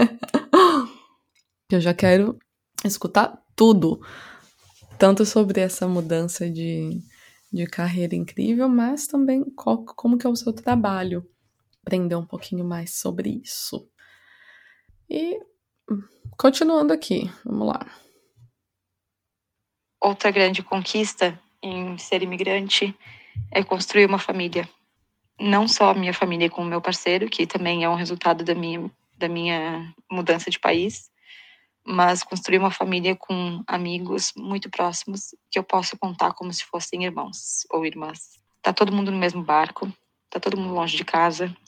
Eu já quero escutar tudo, tanto sobre essa mudança de carreira incrível, mas também como que é o seu trabalho, aprender um pouquinho mais sobre isso. E continuando aqui, vamos lá. Outra grande conquista em ser imigrante é construir uma família. Não só a minha família com o meu parceiro, que também é um resultado da minha mudança de país, mas construir uma família com amigos muito próximos que eu posso contar como se fossem irmãos ou irmãs. Tá todo mundo no mesmo barco, tá todo mundo longe de casa,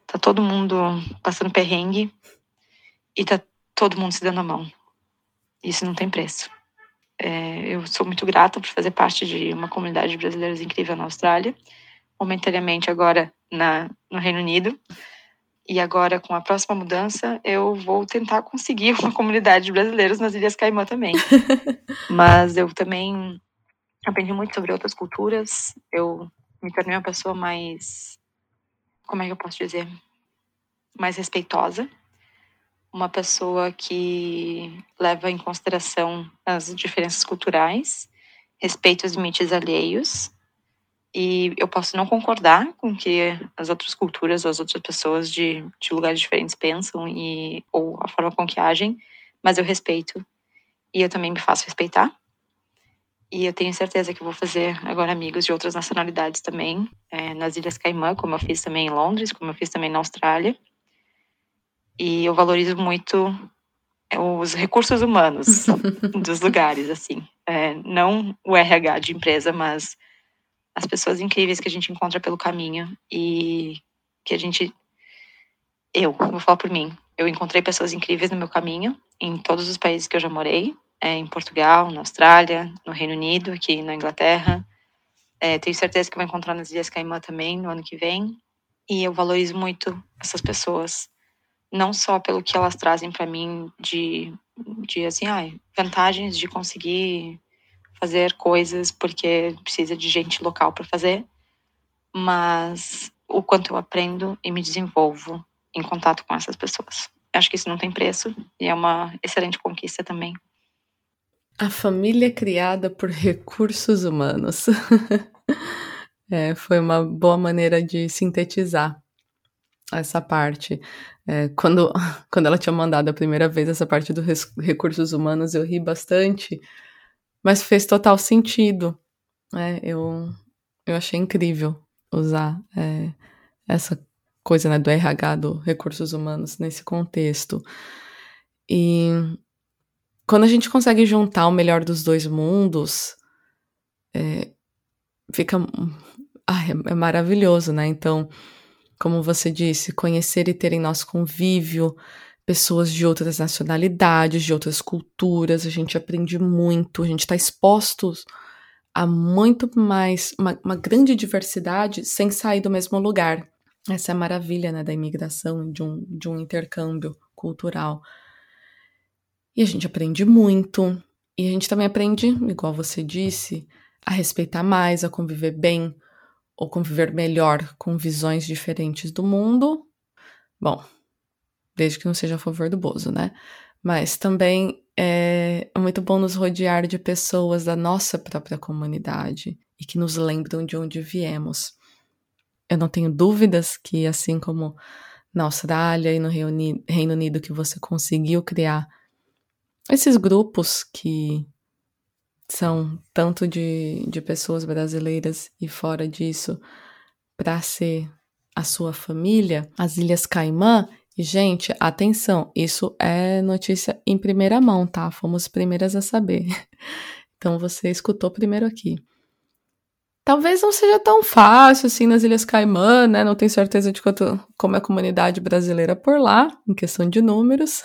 Tá todo mundo passando perrengue e tá todo mundo se dando a mão. Isso não tem preço. Eu sou muito grata por fazer parte de uma comunidade de brasileiros incrível na Austrália, momentaneamente agora no Reino Unido. E agora, com a próxima mudança, eu vou tentar conseguir uma comunidade de brasileiros nas Ilhas Caimã também. Mas eu também aprendi muito sobre outras culturas. Eu me tornei uma pessoa mais... Como é que eu posso dizer? Mais respeitosa. Uma pessoa que leva em consideração as diferenças culturais, respeita os limites alheios, e eu posso não concordar com o que as outras culturas ou as outras pessoas de lugares diferentes pensam ou a forma com que agem, mas eu respeito e eu também me faço respeitar. E eu tenho certeza que eu vou fazer agora amigos de outras nacionalidades também, nas Ilhas Caimã, como eu fiz também em Londres, como eu fiz também na Austrália. E eu valorizo muito os recursos humanos dos lugares, assim. Não o RH de empresa, mas as pessoas incríveis que a gente encontra pelo caminho e que eu vou falar por mim, eu encontrei pessoas incríveis no meu caminho, em todos os países que eu já morei, em Portugal, na Austrália, no Reino Unido, aqui na Inglaterra. Tenho certeza que vou encontrar nas Ilhas Caimã também, no ano que vem. E eu valorizo muito essas pessoas, não só pelo que elas trazem para mim de assim, vantagens de conseguir fazer coisas porque precisa de gente local para fazer, mas o quanto eu aprendo e me desenvolvo em contato com essas pessoas. Acho que isso não tem preço e é uma excelente conquista também. A família criada por recursos humanos. Foi uma boa maneira de sintetizar essa parte. Quando ela tinha mandado a primeira vez essa parte dos recursos humanos, eu ri bastante, mas fez total sentido. Eu achei incrível usar essa coisa, né, do RH, do recursos humanos, nesse contexto. E quando a gente consegue juntar o melhor dos dois mundos, fica... é maravilhoso, né? Então, como você disse, conhecer e ter em nosso convívio pessoas de outras nacionalidades, de outras culturas, a gente aprende muito, a gente está exposto a muito mais, uma grande diversidade sem sair do mesmo lugar. Essa é a maravilha, né, da imigração, de um intercâmbio cultural. E a gente aprende muito, e a gente também aprende, igual você disse, a respeitar mais, a conviver bem, ou conviver melhor com visões diferentes do mundo. Bom, desde que não seja a favor do Bozo, né? Mas também é muito bom nos rodear de pessoas da nossa própria comunidade e que nos lembram de onde viemos. Eu não tenho dúvidas que, assim como na Austrália e no Reino Unido, que você conseguiu criar esses grupos que são tanto de pessoas brasileiras e fora disso, para ser a sua família, as Ilhas Caimã. E, gente, atenção, isso é notícia em primeira mão, tá? Fomos primeiras a saber. Então, você escutou primeiro aqui. Talvez não seja tão fácil assim nas Ilhas Caimã, né? Não tenho certeza de como é a comunidade brasileira por lá, em questão de números.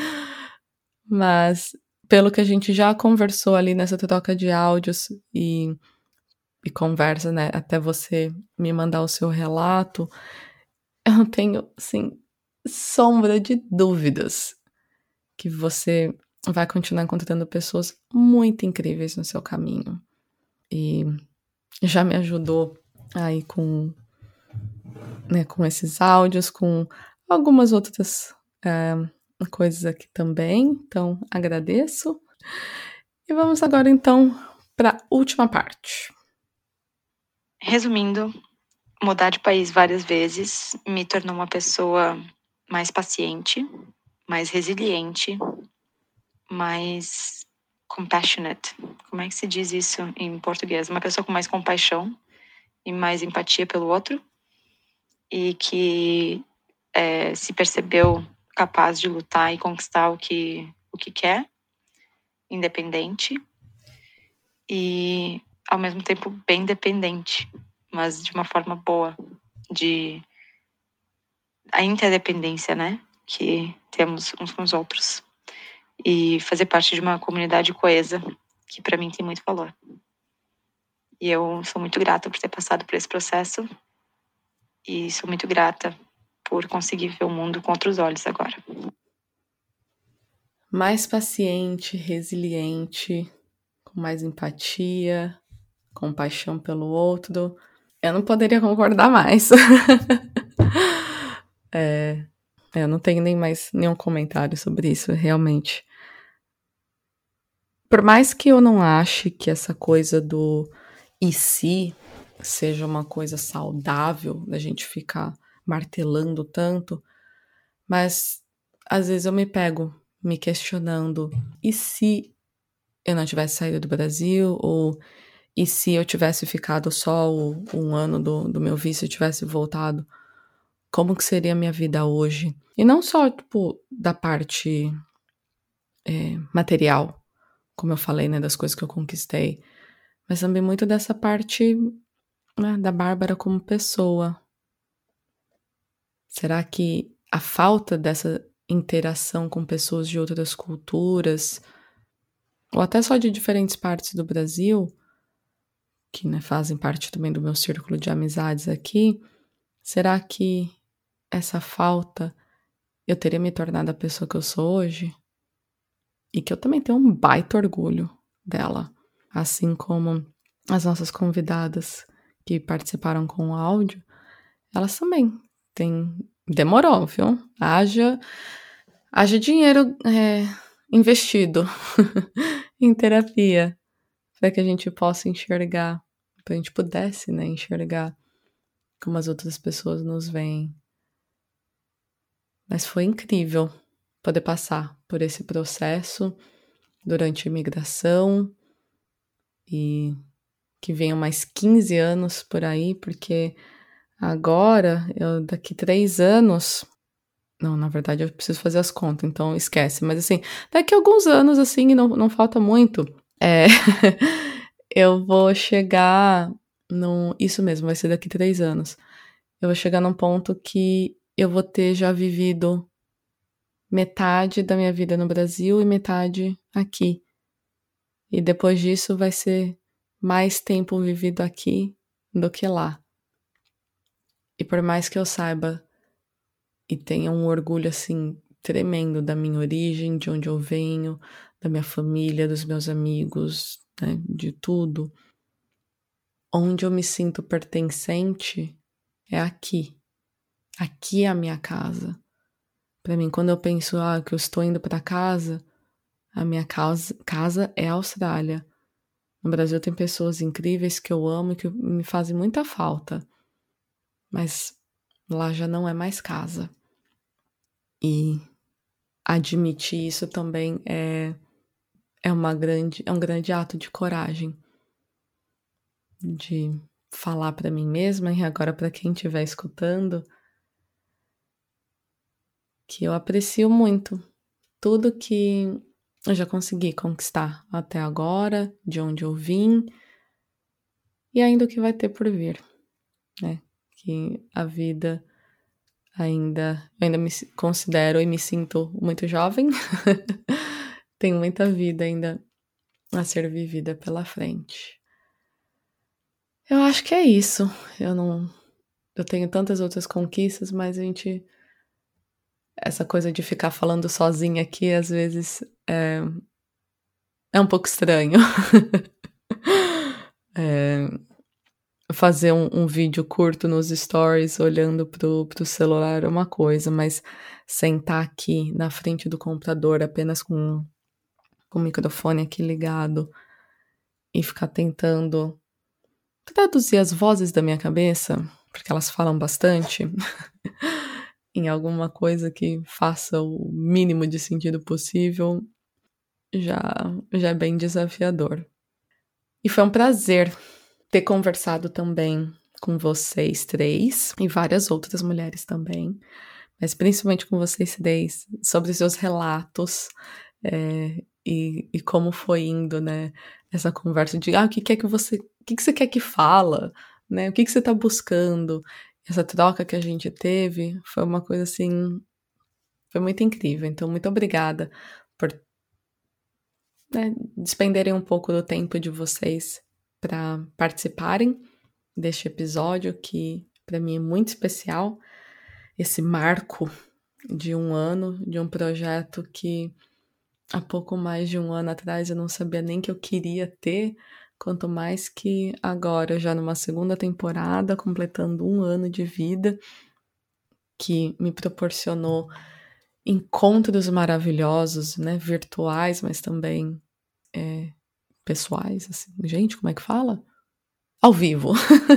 Mas, pelo que a gente já conversou ali nessa troca de áudios e conversa, né? Até você me mandar o seu relato, eu não tenho, assim, sombra de dúvidas que você vai continuar encontrando pessoas muito incríveis no seu caminho. E já me ajudou aí com esses áudios, com algumas outras coisas aqui também. Então, agradeço. E vamos agora, então, para a última parte. Resumindo, mudar de país várias vezes me tornou uma pessoa mais paciente, mais resiliente, mais compassionate. Como é que se diz isso em português? Uma pessoa com mais compaixão e mais empatia pelo outro e que se percebeu capaz de lutar e conquistar o que quer, independente e, ao mesmo tempo, bem dependente, mas de uma forma boa, a interdependência, né, que temos uns com os outros. E fazer parte de uma comunidade coesa, que para mim tem muito valor. E eu sou muito grata por ter passado por esse processo. E sou muito grata por conseguir ver o mundo com outros olhos agora. Mais paciente, resiliente, com mais empatia, compaixão pelo outro. Eu não poderia concordar mais. Eu não tenho nem mais nenhum comentário sobre isso, realmente. Por mais que eu não ache que essa coisa do e se seja uma coisa saudável, da gente ficar martelando tanto, mas às vezes eu me pego me questionando, e se eu não tivesse saído do Brasil, ou e se eu tivesse ficado só um ano do meu visto e tivesse voltado, como que seria a minha vida hoje? E não só, tipo, da parte material, como eu falei, né, das coisas que eu conquistei, mas também muito dessa parte, né, da Bárbara como pessoa. Será que a falta dessa interação com pessoas de outras culturas, ou até só de diferentes partes do Brasil, que, né, fazem parte também do meu círculo de amizades aqui, será que essa falta eu teria me tornado a pessoa que eu sou hoje? E que eu também tenho um baita orgulho dela, assim como as nossas convidadas que participaram com o áudio, elas também têm... Demorou, viu? Haja dinheiro investido em terapia para que a gente possa enxergar, para a gente pudesse, né, enxergar como as outras pessoas nos veem. Mas foi incrível poder passar por esse processo durante a imigração e que venham mais 15 anos por aí, porque agora, daqui 3 anos... Não, na verdade eu preciso fazer as contas, então esquece. Mas assim, daqui a alguns anos, assim, não falta muito, eu vou chegar Isso mesmo, vai ser daqui 3 anos. Eu vou chegar num ponto que eu vou ter já vivido metade da minha vida no Brasil e metade aqui. E depois disso vai ser mais tempo vivido aqui do que lá. E por mais que eu saiba e tenha um orgulho, assim, tremendo da minha origem, de onde eu venho, da minha família, dos meus amigos, né, de tudo, onde eu me sinto pertencente é aqui. Aqui é a minha casa. Para mim, quando eu penso que eu estou indo para casa, a minha casa é a Austrália. No Brasil tem pessoas incríveis que eu amo e que me fazem muita falta. Mas lá já não é mais casa. E admitir isso também é um grande ato de coragem. De falar para mim mesma e agora para quem estiver escutando, que eu aprecio muito tudo que eu já consegui conquistar até agora, de onde eu vim e ainda o que vai ter por vir, né? Que a vida eu ainda me considero e me sinto muito jovem. Tem muita vida ainda a ser vivida pela frente. Eu acho que é isso. Eu tenho tantas outras conquistas, mas essa coisa de ficar falando sozinha aqui, às vezes, é um pouco estranho. Fazer um vídeo curto nos stories, olhando pro celular é uma coisa, mas sentar aqui na frente do computador, apenas com o microfone aqui ligado, e ficar tentando traduzir as vozes da minha cabeça, porque elas falam bastante, em alguma coisa que faça o mínimo de sentido possível, já é bem desafiador. E foi um prazer ter conversado também com vocês 3 e várias outras mulheres também, mas principalmente com vocês 3, sobre seus relatos e como foi indo, né, essa conversa de o que você quer que fala, né, o que você está buscando, essa troca que a gente teve foi uma coisa assim, foi muito incrível. Então, muito obrigada por, né, despenderem um pouco do tempo de vocês para participarem deste episódio que para mim é muito especial, esse marco de 1 ano, de um projeto que há pouco mais de 1 ano atrás eu não sabia nem que eu queria ter, quanto mais que agora, já numa segunda temporada, completando 1 ano de vida, que me proporcionou encontros maravilhosos, né, virtuais, mas também pessoais, assim. Gente, como é que fala? Ao vivo.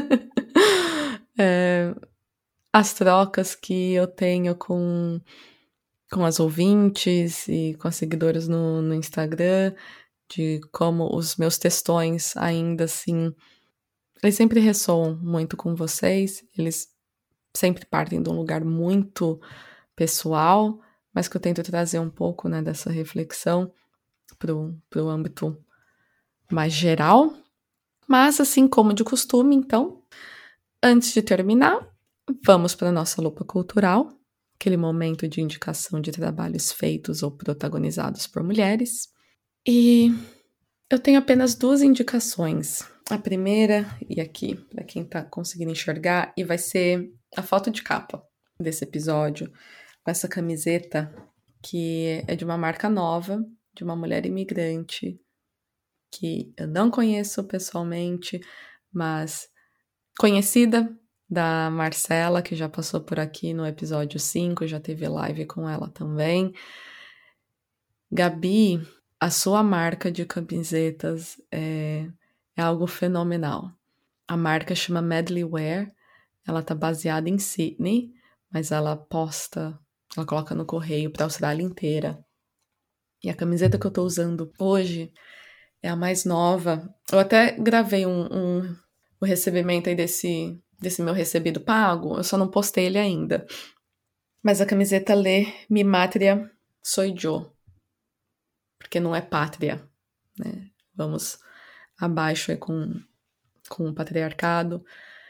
As trocas que eu tenho com as ouvintes e com as seguidoras no Instagram, de como os meus textões ainda assim, eles sempre ressoam muito com vocês, eles sempre partem de um lugar muito pessoal, mas que eu tento trazer um pouco, né, dessa reflexão pro âmbito mais geral. Mas, assim como de costume, então, antes de terminar, vamos para a nossa lupa cultural, aquele momento de indicação de trabalhos feitos ou protagonizados por mulheres. E eu tenho apenas 2 indicações. A primeira, e aqui, para quem está conseguindo enxergar, e vai ser a foto de capa desse episódio, com essa camiseta que é de uma marca nova, de uma mulher imigrante, que eu não conheço pessoalmente, mas conhecida da Marcela, que já passou por aqui no episódio 5, já teve live com ela também. Gabi, a sua marca de camisetas é algo fenomenal. A marca chama Medley Wear, ela tá baseada em Sydney, mas ela coloca no correio para a Austrália inteira. E a camiseta que eu tô usando hoje é a mais nova. Eu até gravei o recebimento aí desse meu recebido pago, eu só não postei ele ainda. Mas a camiseta lê Mi Matria Soy Yo, porque não é pátria, né? Vamos abaixo aí com o patriarcado.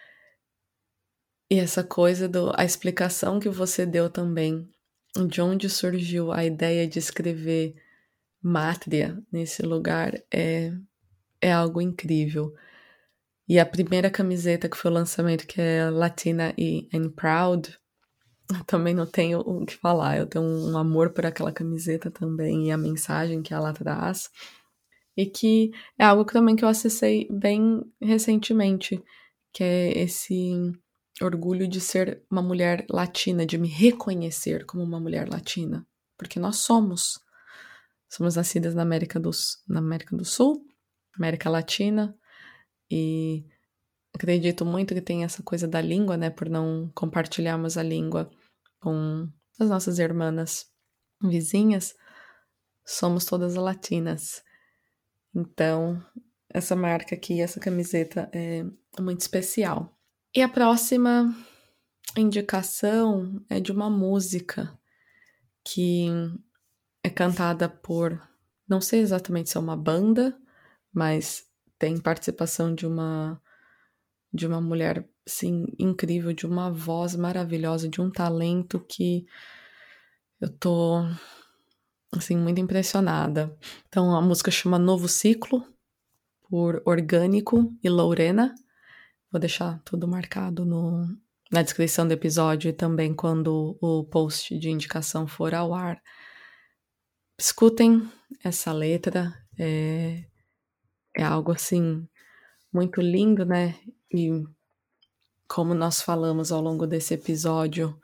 E essa coisa a explicação que você deu também, de onde surgiu a ideia de escrever Mátria nesse lugar, é algo incrível. E a primeira camiseta que foi o lançamento, que é Latina and Proud, eu também não tenho o que falar. Eu tenho um amor por aquela camiseta também e a mensagem que ela traz. E que é algo também que eu acessei bem recentemente, que é esse orgulho de ser uma mulher latina, de me reconhecer como uma mulher latina. Porque nós somos nascidas na América do Sul, América Latina, e acredito muito que tem essa coisa da língua, né, por não compartilharmos a língua com as nossas irmãs vizinhas, somos todas latinas. Então, essa marca aqui, essa camiseta é muito especial. E a próxima indicação é de uma música que é cantada por, não sei exatamente se é uma banda, mas tem participação de uma mulher, assim, incrível, de uma voz maravilhosa, de um talento que eu tô, assim, muito impressionada. Então, a música chama Novo Ciclo, por Orgânico e Lorena. Vou deixar tudo marcado na descrição do episódio e também quando o post de indicação for ao ar. Escutem essa letra, é algo, assim, muito lindo, né? E como nós falamos ao longo desse episódio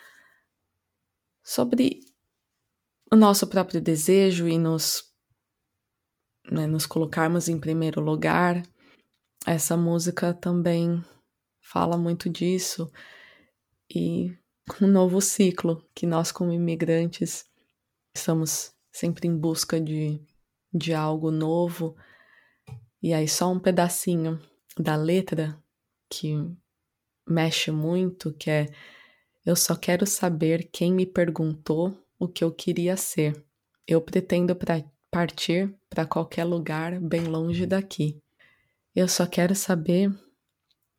sobre o nosso próprio desejo e nos colocarmos em primeiro lugar, essa música também fala muito disso. E um novo ciclo que nós, como imigrantes, estamos sempre em busca de algo novo. E aí só um pedacinho da letra que mexe muito, que é: eu só quero saber quem me perguntou o que eu queria ser. Eu pretendo partir para qualquer lugar bem longe daqui. Eu só quero saber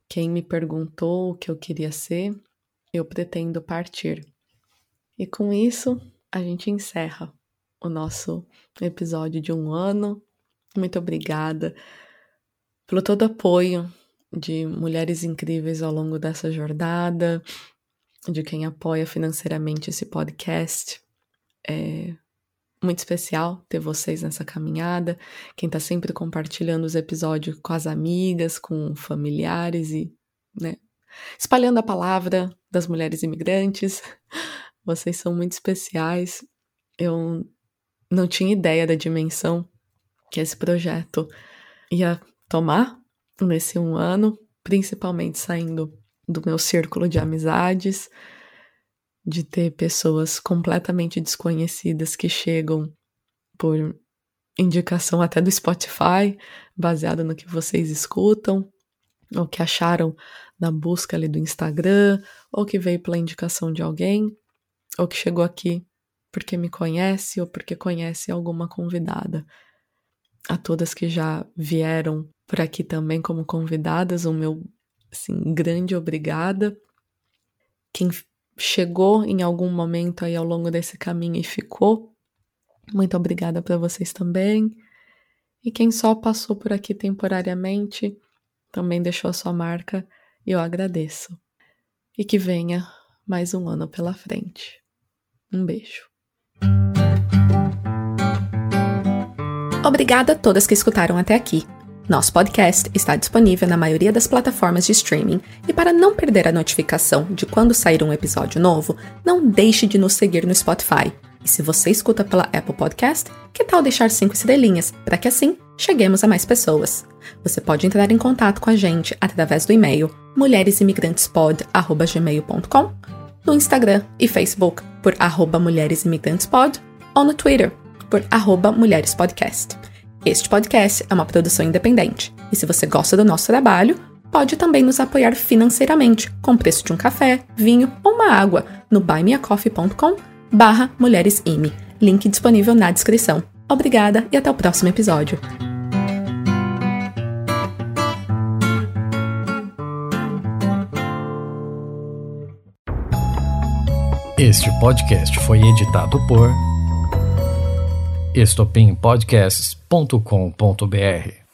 quem me perguntou o que eu queria ser, eu pretendo partir. E com isso, a gente encerra o nosso episódio de 1 ano. Muito obrigada pelo todo apoio de mulheres incríveis ao longo dessa jornada, de quem apoia financeiramente esse podcast. É muito especial ter vocês nessa caminhada, quem tá sempre compartilhando os episódios com as amigas, com familiares e, espalhando a palavra das mulheres imigrantes. Vocês são muito especiais. Eu não tinha ideia da dimensão que esse projeto ia tomar nesse 1 ano, principalmente saindo do meu círculo de amizades, de ter pessoas completamente desconhecidas que chegam por indicação até do Spotify, baseado no que vocês escutam, ou que acharam na busca ali do Instagram, ou que veio pela indicação de alguém, ou que chegou aqui porque me conhece ou porque conhece alguma convidada. A todas que já vieram por aqui também como convidadas, o meu grande obrigada. Quem chegou em algum momento aí ao longo desse caminho e ficou, muito obrigada para vocês também. E quem só passou por aqui temporariamente, também deixou a sua marca, e eu agradeço. E que venha mais 1 ano pela frente. Um beijo. Obrigada a todas que escutaram até aqui. Nosso podcast está disponível na maioria das plataformas de streaming e para não perder a notificação de quando sair um episódio novo, não deixe de nos seguir no Spotify. E se você escuta pela Apple Podcast, que tal deixar 5 estrelinhas para que assim cheguemos a mais pessoas? Você pode entrar em contato com a gente através do e-mail mulheresimigrantespod@gmail.com, no Instagram e Facebook por @mulheresimigrantespod ou no Twitter por @mulherespodcast. Este podcast é uma produção independente, e se você gosta do nosso trabalho, pode também nos apoiar financeiramente, com o preço de um café, vinho ou uma água, no buymeacoffee.com/mulheresime, link disponível na descrição. Obrigada e até o próximo episódio. Este podcast foi editado por estopimpodcasts.com.br.